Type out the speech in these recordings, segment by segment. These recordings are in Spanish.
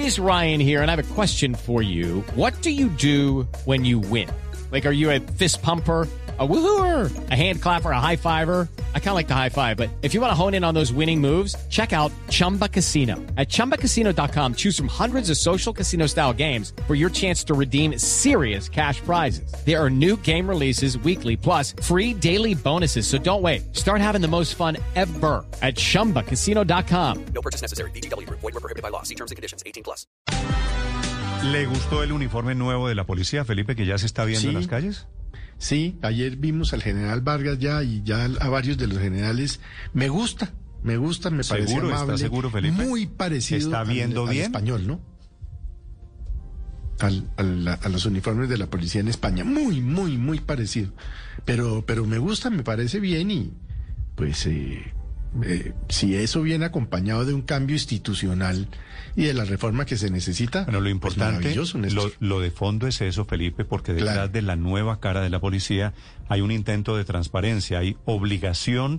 It is Ryan here, and I have a question for you. What do you do when you win? Like, are you a fist pumper, a woohooer, a hand clapper, a high fiver? I kind of like the high five, but if you want to hone in on those winning moves, check out Chumba Casino. At ChumbaCasino.com, choose from hundreds of social casino-style games for your chance to redeem serious cash prizes. There are new game releases weekly, plus free daily bonuses. So don't wait. Start having the most fun ever at ChumbaCasino.com. No purchase necessary. VGW Group. Void where prohibited by law. See terms and conditions. 18+. ¿Le gustó el uniforme nuevo de la policía, Felipe, que ya se está viendo en las calles? Sí, ayer vimos al general Vargas y ya a varios de los generales. Me gusta, me parece ¿Seguro? amable. ¿Está seguro, Felipe? Muy parecido ¿Está viendo al bien? español, ¿no? A los uniformes de la policía en España. Muy parecido. Pero me gusta, me parece bien y pues si eso viene acompañado de un cambio institucional y de la reforma que se necesita, Bueno, lo importante, pues lo de fondo es eso, Felipe, porque detrás Claro. de la nueva cara de la policía hay un intento de transparencia, hay obligación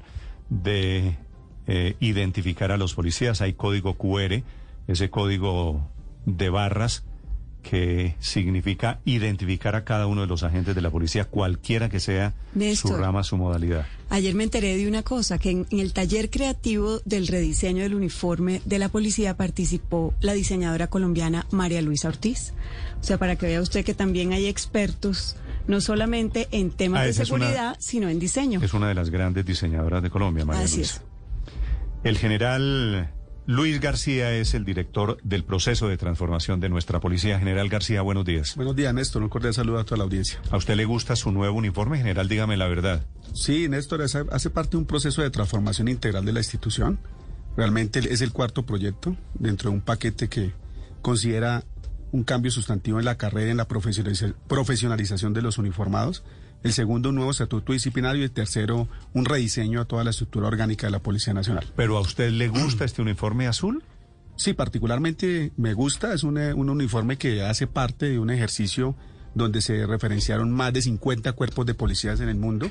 de identificar a los policías, hay código QR, ese código de barras que significa identificar a cada uno de los agentes de la policía, cualquiera que sea Néstor, su rama, su modalidad. Ayer me enteré de una cosa, que en el taller creativo del rediseño del uniforme de la policía participó la diseñadora colombiana María Luisa Ortiz. O sea, para que vea usted que también hay expertos, no solamente en temas de esa seguridad, sino en diseño. Es una de las grandes diseñadoras de Colombia, María Así Luisa. es. El general Luis García es el director del proceso de transformación de nuestra policía. General García, buenos días. Buenos días, Néstor. Un cordial saludo a toda la audiencia. ¿A usted le gusta su nuevo uniforme, general? Dígame la verdad. Sí, Néstor, hace parte de un proceso de transformación integral de la institución. Realmente es el cuarto proyecto dentro de un paquete que considera un cambio sustantivo en la carrera y en la profesionalización de los uniformados. El segundo, un nuevo estatuto disciplinario, y el tercero, un rediseño a toda la estructura orgánica de la Policía Nacional. ¿Pero a usted le gusta este uniforme azul? Sí, particularmente me gusta. Es un uniforme que hace parte de un ejercicio donde se referenciaron más de 50 cuerpos de policías en el mundo.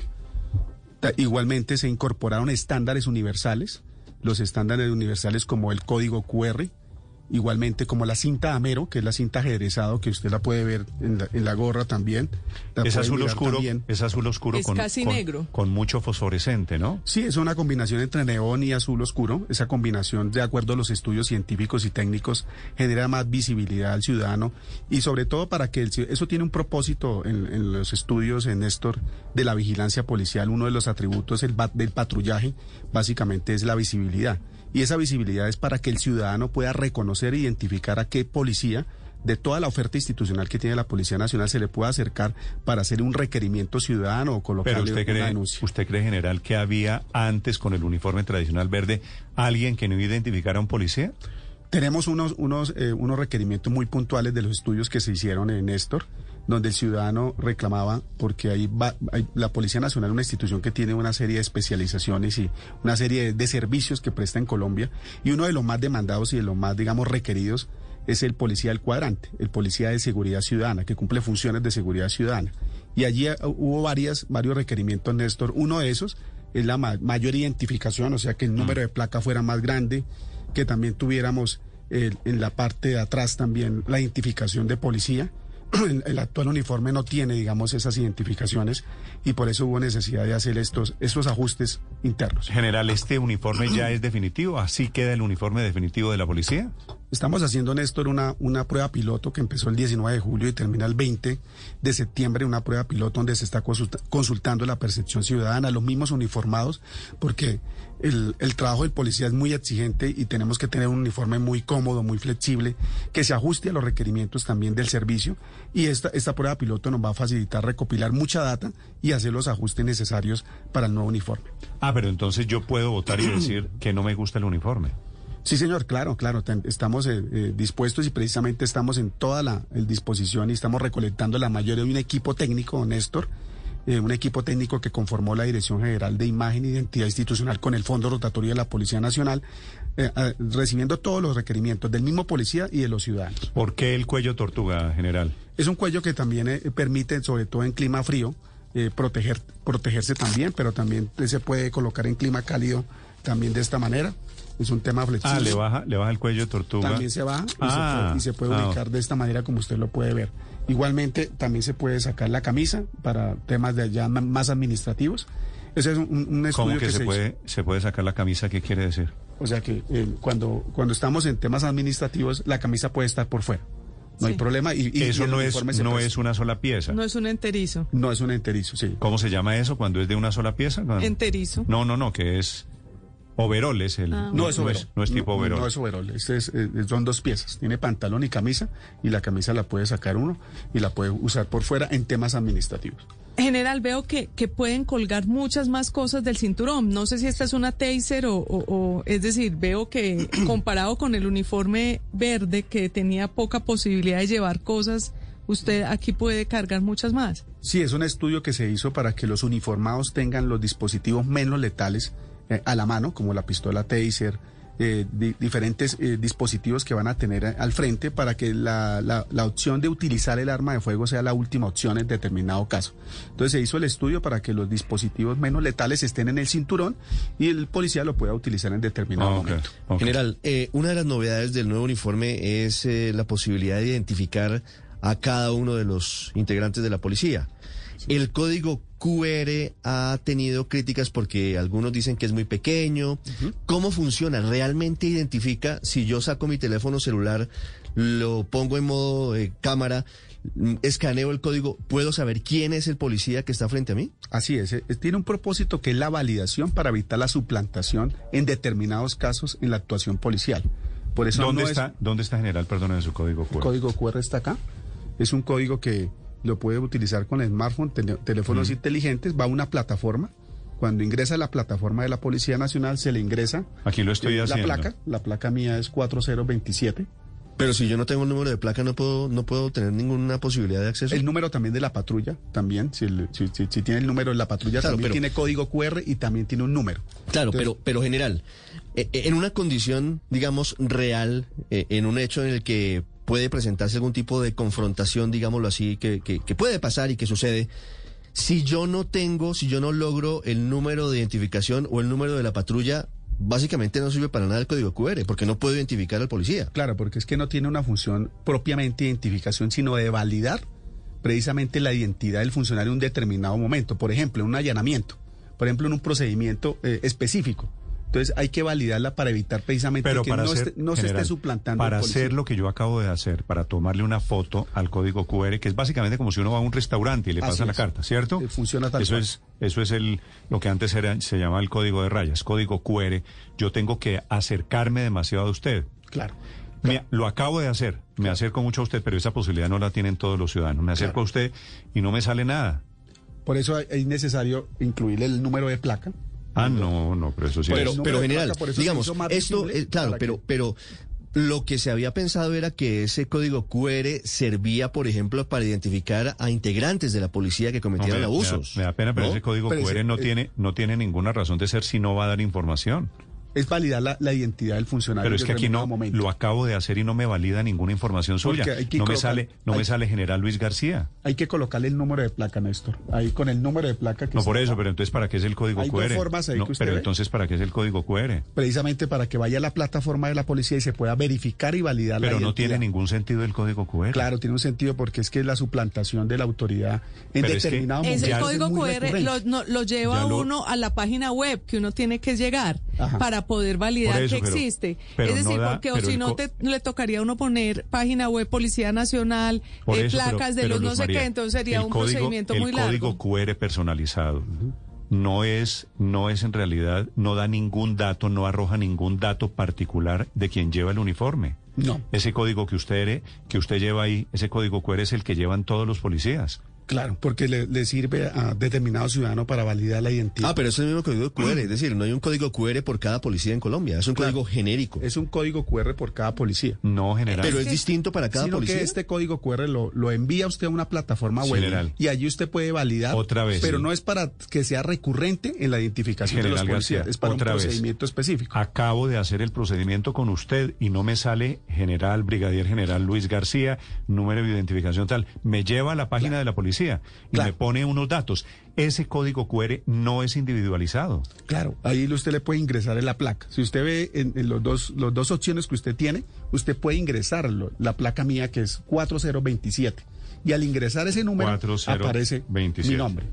Igualmente se incorporaron estándares universales, los estándares universales como el código QR, igualmente como la cinta Amero, que es la cinta ajedrezado, que usted la puede ver en la gorra también. Es azul oscuro, es azul oscuro Es casi negro. Con mucho fosforescente, ¿no? Sí, es una combinación entre neón y azul oscuro. Esa combinación, de acuerdo a los estudios científicos y técnicos, genera más visibilidad al ciudadano y sobre todo para que eso tiene un propósito en los estudios, en Néstor, de la vigilancia policial. Uno de los atributos del patrullaje básicamente es la visibilidad. Y esa visibilidad es para que el ciudadano pueda reconocer e identificar a qué policía de toda la oferta institucional que tiene la Policía Nacional se le pueda acercar para hacer un requerimiento ciudadano o colocarle una denuncia. ¿Usted cree, general, que había antes con el uniforme tradicional verde alguien que no identificara a un policía? Tenemos unos requerimientos muy puntuales de los estudios que se hicieron en Néstor, donde el ciudadano reclamaba, porque la Policía Nacional es una institución que tiene una serie de especializaciones y una serie de servicios que presta en Colombia, y uno de los más demandados y de los más, digamos, requeridos es el policía del cuadrante, el policía de seguridad ciudadana, que cumple funciones de seguridad ciudadana. Y allí hubo varios requerimientos, Néstor. Uno de esos es la mayor identificación, o sea, que el número de placa fuera más grande, que también tuviéramos en la parte de atrás también la identificación de policía. El actual uniforme no tiene, digamos, esas identificaciones y por eso hubo necesidad de hacer estos ajustes internos. General, ¿este uniforme ya es definitivo? ¿Así queda el uniforme definitivo de la policía? Estamos haciendo, Néstor, una prueba piloto que empezó el 19 de julio y termina el 20 de septiembre, una prueba piloto donde se está consultando la percepción ciudadana, los mismos uniformados, porque el trabajo del policía es muy exigente y tenemos que tener un uniforme muy cómodo, muy flexible, que se ajuste a los requerimientos también del servicio, y esta prueba piloto nos va a facilitar recopilar mucha data y hacer los ajustes necesarios para el nuevo uniforme. Pero entonces yo puedo votar y decir que no me gusta el uniforme. Sí, señor, claro, estamos dispuestos y precisamente estamos en toda la disposición y estamos recolectando la mayoría de un equipo técnico, Néstor, un equipo técnico que conformó la Dirección General de Imagen e Identidad Institucional con el Fondo Rotatorio de la Policía Nacional, recibiendo todos los requerimientos del mismo policía y de los ciudadanos. ¿Por qué el cuello tortuga, general? Es un cuello que también permite, sobre todo en clima frío, protegerse también, pero también se puede colocar en clima cálido también de esta manera. Es un tema flexible. Le baja el cuello de tortuga. También se baja y se puede ubicar de esta manera como usted lo puede ver. Igualmente, también se puede sacar la camisa para temas de ya más administrativos. Ese es un estudio ¿Cómo que se puede sacar la camisa? ¿Qué quiere decir? O sea que cuando estamos en temas administrativos, la camisa puede estar por fuera. No hay problema. Y eso el no uniforme es una sola pieza. No es un enterizo. No es un enterizo, sí. ¿Cómo se llama eso cuando es de una sola pieza? Enterizo. No, que es overol, es el... No es overol. No es tipo overol. No es overol. Son dos piezas. Tiene pantalón y camisa, y la camisa la puede sacar uno y la puede usar por fuera en temas administrativos. General, veo que pueden colgar muchas más cosas del cinturón. No sé si esta es una taser o es decir, veo que comparado con el uniforme verde que tenía poca posibilidad de llevar cosas, usted aquí puede cargar muchas más. Sí, es un estudio que se hizo para que los uniformados tengan los dispositivos menos letales a la mano, como la pistola taser, diferentes dispositivos que van a tener al frente para que la opción de utilizar el arma de fuego sea la última opción en determinado caso. Entonces se hizo el estudio para que los dispositivos menos letales estén en el cinturón y el policía lo pueda utilizar en determinado momento. Okay. General, una de las novedades del nuevo uniforme es la posibilidad de identificar a cada uno de los integrantes de la policía. El código QR ha tenido críticas porque algunos dicen que es muy pequeño. Uh-huh. ¿Cómo funciona? ¿Realmente identifica si yo saco mi teléfono celular, lo pongo en modo cámara, escaneo el código, puedo saber quién es el policía que está frente a mí? Así es. Tiene un propósito que es la validación para evitar la suplantación en determinados casos en la actuación policial. Por eso ¿Dónde está, general? Perdón, en su código QR. El código QR está acá. Es un código que lo puede utilizar con el smartphone, teléfonos inteligentes, va a una plataforma. Cuando ingresa a la plataforma de la Policía Nacional, se le ingresa aquí lo estoy haciendo. La placa mía es 4027. Pero si yo no tengo el número de placa, no puedo tener ninguna posibilidad de acceso. El número también de la patrulla, también, si tiene el número de la patrulla, claro, también tiene código QR y también tiene un número. Claro, entonces, pero general, en una condición, digamos, real, en un hecho en el que puede presentarse algún tipo de confrontación, digámoslo así, que puede pasar y que sucede. Si yo no logro el número de identificación o el número de la patrulla, básicamente no sirve para nada el código QR, porque no puedo identificar al policía. Claro, porque es que no tiene una función propiamente de identificación, sino de validar precisamente la identidad del funcionario en un determinado momento. Por ejemplo, en un allanamiento, por ejemplo, en un procedimiento específico. Entonces hay que validarla para evitar precisamente que no se esté suplantando. Para hacer lo que yo acabo de hacer, para tomarle una foto al código QR, que es básicamente como si uno va a un restaurante y le pasa la carta, ¿cierto? Funciona tal cual. Eso es lo que antes se llamaba el código de rayas, código QR. Yo tengo que acercarme demasiado a usted. Claro. Lo acabo de hacer, me acerco mucho a usted, pero esa posibilidad no la tienen todos los ciudadanos. Me acerco a usted y no me sale nada. Por eso es necesario incluirle el número de placa. No, pero eso sí. Pero general, digamos, esto, claro, pero lo que se había pensado era que ese código QR servía, por ejemplo, para identificar a integrantes de la policía que cometieran abusos. Me da pena, pero ese código QR no tiene ninguna razón de ser si no va a dar información. Es validar la identidad del funcionario. Pero es que aquí lo acabo de hacer y no me valida ninguna información suya. No me sale general Luis García. Hay que colocarle el número de placa, Néstor. Ahí con el número de placa que no, por eso, pero entonces ¿para qué es el código QR? Hay dos formas ahí que usted ve. Entonces ¿para qué es el código QR? Precisamente para que vaya a la plataforma de la policía y se pueda verificar y validar la identidad. Pero no tiene ningún sentido el código QR. Claro, tiene un sentido porque es que es la suplantación de la autoridad en determinado momento. Ese código QR lo lleva uno a la página web que uno tiene que llegar para poder validar que existe. Es decir, porque o si no le tocaría a uno poner página web Policía Nacional, placas de los no sé qué, entonces sería un procedimiento muy largo. El código QR personalizado no es en realidad, no da ningún dato, no arroja ningún dato particular de quien lleva el uniforme. No. Ese código que usted lleva ahí, ese código QR es el que llevan todos los policías. Claro, porque le sirve a determinado ciudadano para validar la identidad. Pero es el mismo código QR, es decir, no hay un código QR por cada policía en Colombia, es un código genérico. Es un código QR por cada policía. No general. Pero es distinto para cada policía. Que este código QR lo envía usted a una plataforma web general. Y allí usted puede validar. Otra vez. Pero no es para que sea recurrente en la identificación general de los policías, García, es para un procedimiento específico. Acabo de hacer el procedimiento con usted y no me sale brigadier general Luis García, número de identificación tal. Me lleva a la página de la policía policía y Claro. me pone unos datos. Ese código QR no es individualizado. Claro, ahí usted le puede ingresar en la placa. Si usted ve en los dos opciones que usted tiene, usted puede ingresarlo, la placa mía que es 4027. Y al ingresar ese número 4027. aparece mi nombre.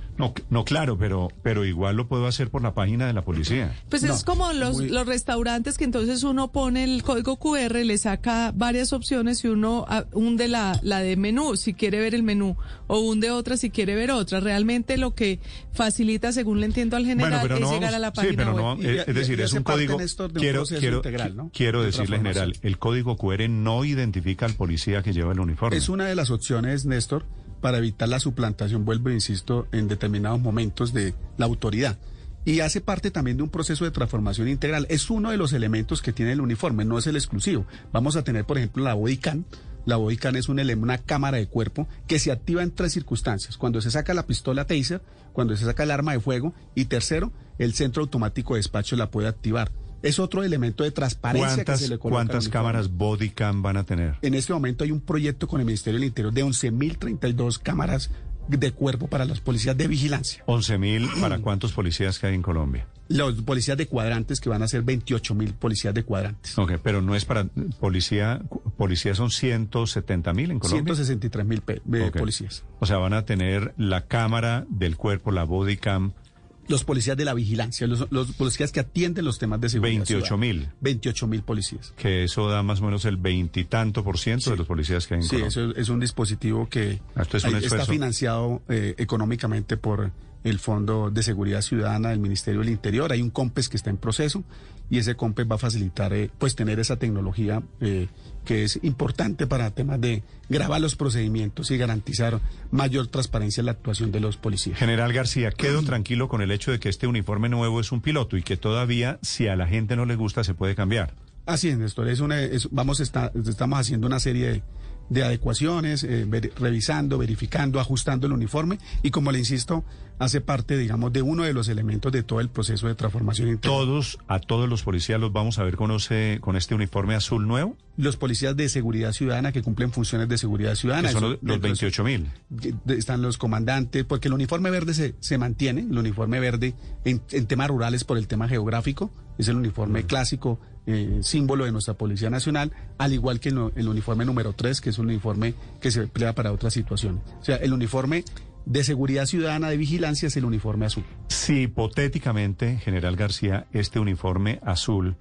No, claro, pero igual lo puedo hacer por la página de la policía. Pues No, es como los restaurantes que entonces uno pone el código QR, le saca varias opciones y uno hunde la de menú si quiere ver el menú o hunde otra si quiere ver otra. Realmente lo que facilita, según le entiendo al general, es llegar a la página sí, pero web. no, es decir, y es hace un parte, código. Néstor, de un proceso integral, ¿no? Quiero De decirle, transformación. general, el código QR no identifica al policía que lleva el uniforme. Es una de las opciones, Néstor, para evitar la suplantación, vuelvo e insisto, en determinados momentos de la autoridad. Y hace parte también de un proceso de transformación integral. Es uno de los elementos que tiene el uniforme, no es el exclusivo. Vamos a tener, por ejemplo, la body cam. La body cam es una cámara de cuerpo que se activa en 3 circunstancias. Cuando se saca la pistola taser, cuando se saca el arma de fuego y tercero, el centro automático de despacho la puede activar. Es otro elemento de transparencia que se le coloca. ¿Cuántas al uniforme. cámaras body cam van a tener? En este momento hay un proyecto con el Ministerio del Interior de 11.032 cámaras de cuerpo para las policías de vigilancia. 11.000 para cuántos policías que hay en Colombia. Los policías de cuadrantes, que van a ser 28.000 policías de cuadrantes. Ok, pero no es para policía son 170.000 en Colombia. 163.000 Ok. policías. O sea, van a tener la cámara del cuerpo, la body cam, Los policías de la vigilancia, los policías que atienden los temas de seguridad. 28.000. 28.000 policías. Que eso da más o menos el 20 y tanto % de los policías que hay en Sí, Colombia. eso es un dispositivo que Esto es un está esfuerzo. financiado económicamente por el Fondo de Seguridad Ciudadana del Ministerio del Interior. Hay un COMPES que está en proceso y ese COMPES va a facilitar pues tener esa tecnología que es importante para temas de grabar los procedimientos y garantizar mayor transparencia en la actuación de los policías. General García, quedo tranquilo con el hecho de que este uniforme nuevo es un piloto y que todavía, si a la gente no le gusta, se puede cambiar. Así es, Néstor. Estamos haciendo una serie de adecuaciones, revisando, verificando, ajustando el uniforme y, como le insisto, hace parte, digamos, de uno de los elementos de todo el proceso de transformación integral. A todos los policías los vamos a ver con este uniforme azul nuevo, Los policías de seguridad ciudadana que cumplen funciones de seguridad ciudadana. que son Eso, los 28.000. Están los comandantes, porque el uniforme verde se mantiene, el uniforme verde en temas rurales por el tema geográfico, es el uniforme clásico, símbolo de nuestra Policía Nacional, al igual que el uniforme número 3, que es un uniforme que se emplea para otras situaciones. O sea, el uniforme de seguridad ciudadana de vigilancia es el uniforme azul. Si hipotéticamente, General García, este uniforme azul,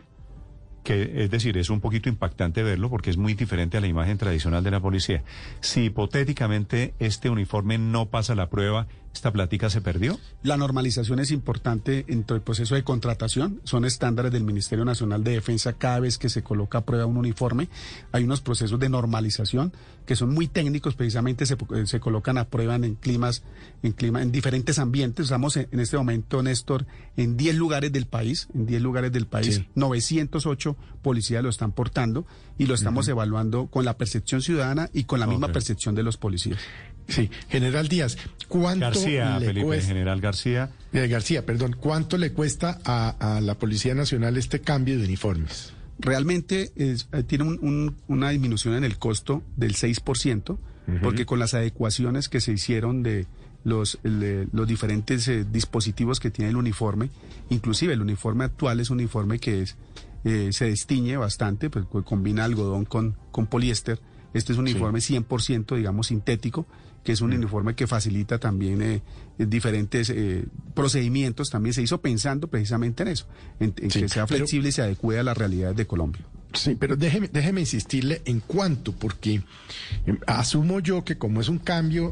que es decir, es un poquito impactante verlo porque es muy diferente a la imagen tradicional de la policía, si hipotéticamente este uniforme no pasa la prueba, ¿esta plática se perdió? La normalización es importante en todo el proceso de contratación. Son estándares del Ministerio Nacional de Defensa cada vez que se coloca a prueba un uniforme. Hay unos procesos de normalización que son muy técnicos, precisamente se colocan a prueba en diferentes ambientes. Estamos en este momento, Néstor, en 10 lugares del país, Sí. 908 policías lo están portando y lo estamos evaluando con la percepción ciudadana y con la misma Ok. percepción de los policías. Sí, General Díaz, ¿cuánto García, le Felipe, cuesta? General García. García, perdón, ¿cuánto le cuesta a la Policía Nacional este cambio de uniformes? Realmente tiene una disminución en el costo del 6%, porque con las adecuaciones que se hicieron de los diferentes dispositivos que tiene el uniforme, inclusive el uniforme actual es un uniforme que se destiñe bastante, pues combina algodón con poliéster. Este es un uniforme 100%, digamos, sintético, que es un uniforme que facilita también diferentes procedimientos. También se hizo pensando precisamente en eso, en Sí, que sea pero- flexible y se adecue a las realidades de Colombia. Sí, pero déjeme insistirle en cuánto, porque asumo yo que como es un cambio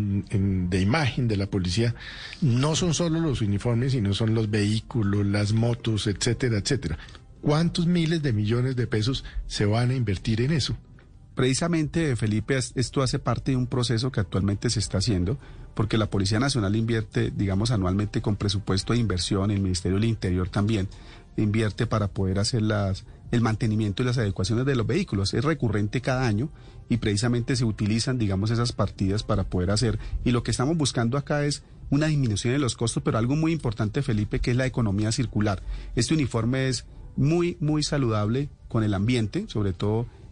de imagen de la policía, no son solo los uniformes, sino son los vehículos, las motos, etcétera, etcétera. ¿Cuántos miles de millones de pesos se van a invertir en eso? Precisamente, Felipe, esto hace parte de un proceso que actualmente se está haciendo, porque la Policía Nacional invierte, digamos, anualmente con presupuesto de inversión, el Ministerio del Interior también invierte para poder hacer el mantenimiento y las adecuaciones de los vehículos. Es recurrente cada año y precisamente se utilizan, digamos, esas partidas para poder hacer. Y lo que estamos buscando acá es una disminución de los costos, pero algo muy importante, Felipe, que es la economía circular. Este uniforme es muy, muy saludable con el ambiente, sobre todo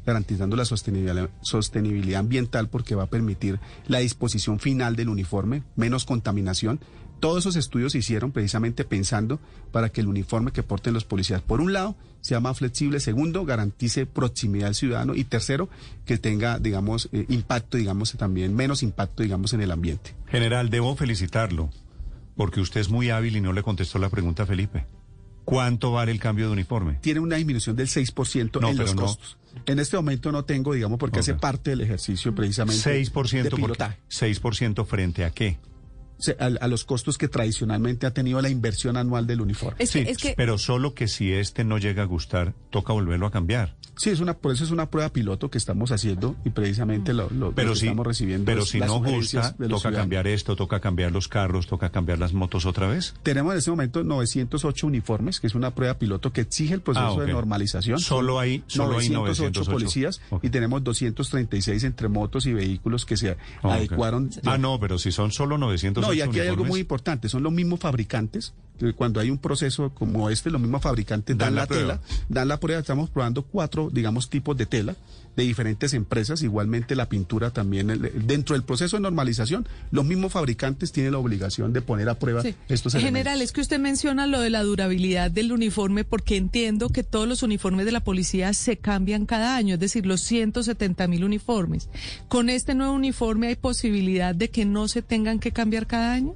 garantizando la sostenibilidad ambiental, porque va a permitir la disposición final del uniforme, menos contaminación. Todos esos estudios se hicieron precisamente pensando para que el uniforme que porten los policías, por un lado, sea más flexible, segundo, garantice proximidad al ciudadano, y tercero, que tenga, digamos, impacto, digamos, también menos impacto, digamos, en el ambiente. General, debo felicitarlo, porque usted es muy hábil y no le contestó la pregunta a Felipe. ¿Cuánto vale el cambio de uniforme? Tiene una disminución del 6% en los costos. En este momento no tengo, digamos, porque hace parte del ejercicio precisamente 6% de pilotaje. 6% ¿frente a qué? A los costos que tradicionalmente ha tenido la inversión anual del uniforme. Pero solo que si este no llega a gustar, toca volverlo a cambiar. Sí, por eso es una prueba piloto que estamos haciendo y precisamente lo que estamos recibiendo. Pero si no gusta, toca cambiar esto, toca cambiar los carros, toca cambiar las motos otra vez. Tenemos en este momento 908 uniformes, que es una prueba piloto que exige el proceso de normalización. Solo hay 908 policías y tenemos 236 entre motos y vehículos que se adecuaron. No, pero si son solo 908 No, y aquí uniformes. hay algo muy importante, son los mismos fabricantes. Cuando hay un proceso como este, los mismos fabricantes dan la tela, dan la prueba. Estamos probando 4, digamos, tipos de tela de diferentes empresas. Igualmente la pintura también. Dentro del proceso de normalización, los mismos fabricantes tienen la obligación de poner a prueba estos elementos. General, es que usted menciona lo de la durabilidad del uniforme, porque entiendo que todos los uniformes de la policía se cambian cada año, es decir, los 170.000 uniformes. ¿Con este nuevo uniforme hay posibilidad de que no se tengan que cambiar cada año?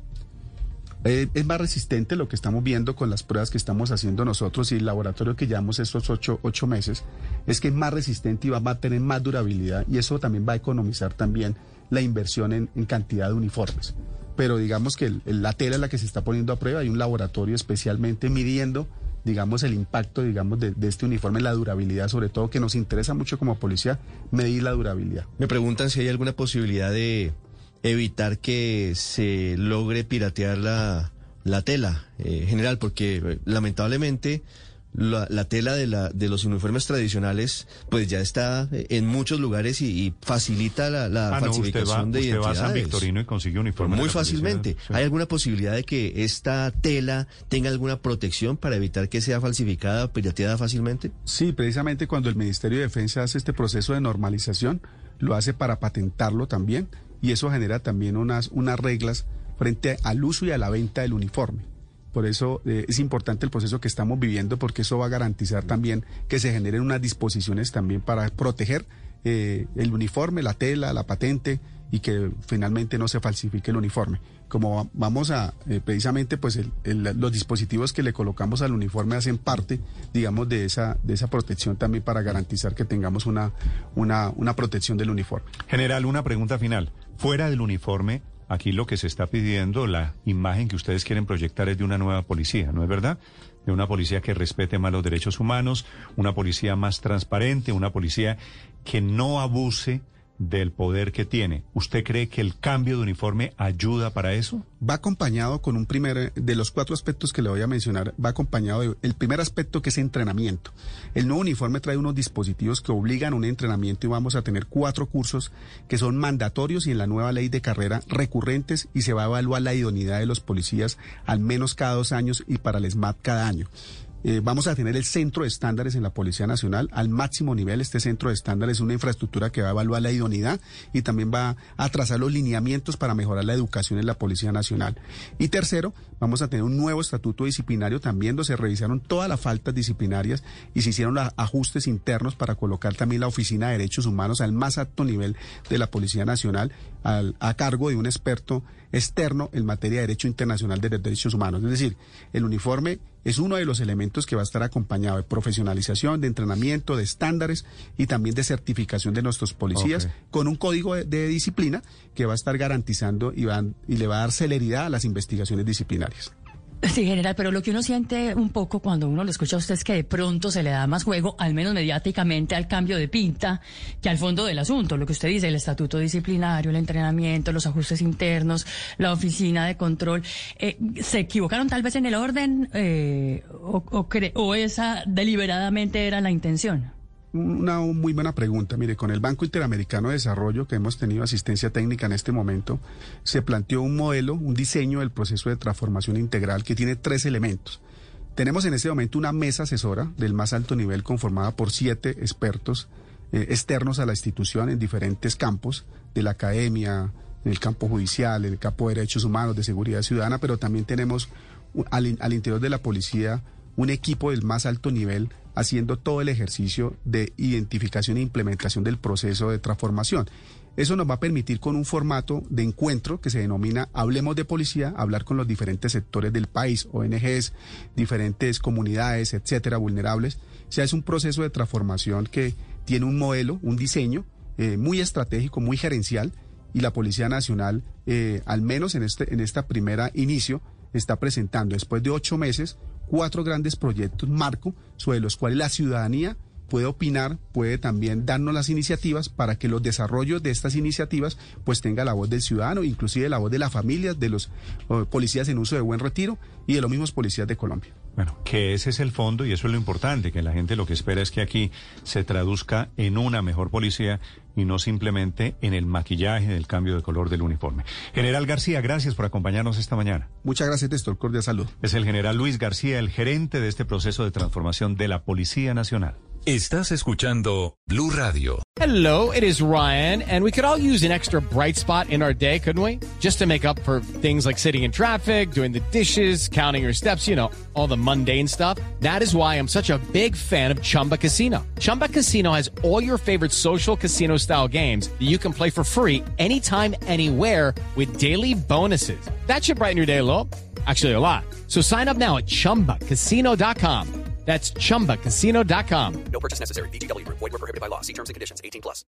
Es más resistente, lo que estamos viendo con las pruebas que estamos haciendo nosotros y el laboratorio que llevamos estos 8 meses, es que es más resistente y va a tener más durabilidad, y eso también va a economizar también la inversión en cantidad de uniformes. Pero digamos que la tela es la que se está poniendo a prueba, hay un laboratorio especialmente midiendo, digamos, el impacto, digamos, de este uniforme, la durabilidad, sobre todo, que nos interesa mucho como policía, medir la durabilidad. Me preguntan si hay alguna posibilidad de evitar que se logre piratear la tela, general, porque lamentablemente la tela de los uniformes tradicionales pues ya está en muchos lugares y facilita la falsificación de identidades. Usted va a San Victorino y consigue uniformes. Muy fácilmente. Sí. ¿Hay alguna posibilidad de que esta tela tenga alguna protección para evitar que sea falsificada o pirateada fácilmente? Sí, precisamente cuando el Ministerio de Defensa hace este proceso de normalización, lo hace para patentarlo también, y eso genera también unas reglas frente al uso y a la venta del uniforme. Por eso es importante el proceso que estamos viviendo, porque eso va a garantizar también que se generen unas disposiciones también para proteger el uniforme, la tela, la patente, y que finalmente no se falsifique el uniforme. Como vamos a, precisamente, pues los dispositivos que le colocamos al uniforme hacen parte, digamos, de esa protección también, para garantizar que tengamos una protección del uniforme. General, una pregunta final. Fuera del uniforme, aquí lo que se está pidiendo, la imagen que ustedes quieren proyectar es de una nueva policía, ¿no es verdad? De una policía que respete más los derechos humanos, una policía más transparente, una policía que no abuse del poder que tiene. ¿Usted cree que el cambio de uniforme ayuda para eso? Va acompañado con de los 4 aspectos que le voy a mencionar, va acompañado el primer aspecto, que es entrenamiento. El nuevo uniforme trae unos dispositivos que obligan a un entrenamiento, y vamos a tener 4 cursos que son mandatorios y en la nueva ley de carrera recurrentes, y se va a evaluar la idoneidad de los policías al menos cada 2 años y para el SMAT cada año. Vamos a tener el centro de estándares en la Policía Nacional al máximo nivel. Este centro de estándares es una infraestructura que va a evaluar la idoneidad y también va a trazar los lineamientos para mejorar la educación en la Policía Nacional. Y tercero, vamos a tener un nuevo estatuto disciplinario también, donde se revisaron todas las faltas disciplinarias y se hicieron los ajustes internos para colocar también la Oficina de Derechos Humanos al más alto nivel de la Policía Nacional, a cargo de un experto externo en materia de Derecho Internacional de Derechos Humanos. Es decir, el uniforme es uno de los elementos que va a estar acompañado de profesionalización, de entrenamiento, de estándares y también de certificación de nuestros policías, con un código de disciplina que va a estar garantizando y le va a dar celeridad a las investigaciones disciplinarias. Sí, general, pero lo que uno siente un poco cuando uno lo escucha a usted es que de pronto se le da más juego, al menos mediáticamente, al cambio de pinta que al fondo del asunto. Lo que usted dice, el estatuto disciplinario, el entrenamiento, los ajustes internos, la oficina de control. ¿Se equivocaron tal vez en el orden o esa deliberadamente era la intención? Una muy buena pregunta. Mire, con el Banco Interamericano de Desarrollo, que hemos tenido asistencia técnica en este momento, se planteó un modelo, un diseño del proceso de transformación integral que tiene 3 elementos. Tenemos en este momento una mesa asesora del más alto nivel conformada por 7 expertos externos a la institución en diferentes campos de la academia, en el campo judicial, en el campo de derechos humanos, de seguridad ciudadana, pero también tenemos al interior de la policía un equipo del más alto nivel haciendo todo el ejercicio de identificación e implementación del proceso de transformación. Eso nos va a permitir, con un formato de encuentro que se denomina Hablemos de Policía, hablar con los diferentes sectores del país, ONGs, diferentes comunidades, etcétera, vulnerables. O sea, es un proceso de transformación que tiene un modelo, un diseño muy estratégico, muy gerencial, y la Policía Nacional, al menos en esta primera inicio, está presentando, después de 8 meses, 4 grandes proyectos marco sobre los cuales la ciudadanía puede opinar, puede también darnos las iniciativas para que los desarrollos de estas iniciativas pues tenga la voz del ciudadano, inclusive la voz de las familias, de los policías en uso de buen retiro y de los mismos policías de Colombia. Bueno, que ese es el fondo y eso es lo importante, que la gente lo que espera es que aquí se traduzca en una mejor policía y no simplemente en el maquillaje del cambio de color del uniforme. General García, gracias por acompañarnos esta mañana. Muchas gracias, Néstor. Cordial salud. Es el general Luis García, el gerente de este proceso de transformación de la Policía Nacional. Estás escuchando Blue Radio. Hello, it is Ryan, and we could all use an extra bright spot in our day, couldn't we? Just to make up for things like sitting in traffic, doing the dishes, counting your steps, you know, all the mundane stuff. That is why I'm such a big fan of Chumba Casino. Chumba Casino has all your favorite social casino-style games that you can play for free anytime, anywhere with daily bonuses. That should brighten your day a little. Actually, a lot. So sign up now at ChumbaCasino.com. That's ChumbaCasino.com. No purchase necessary. VGW Group. Void where prohibited by law. See terms and conditions. 18+.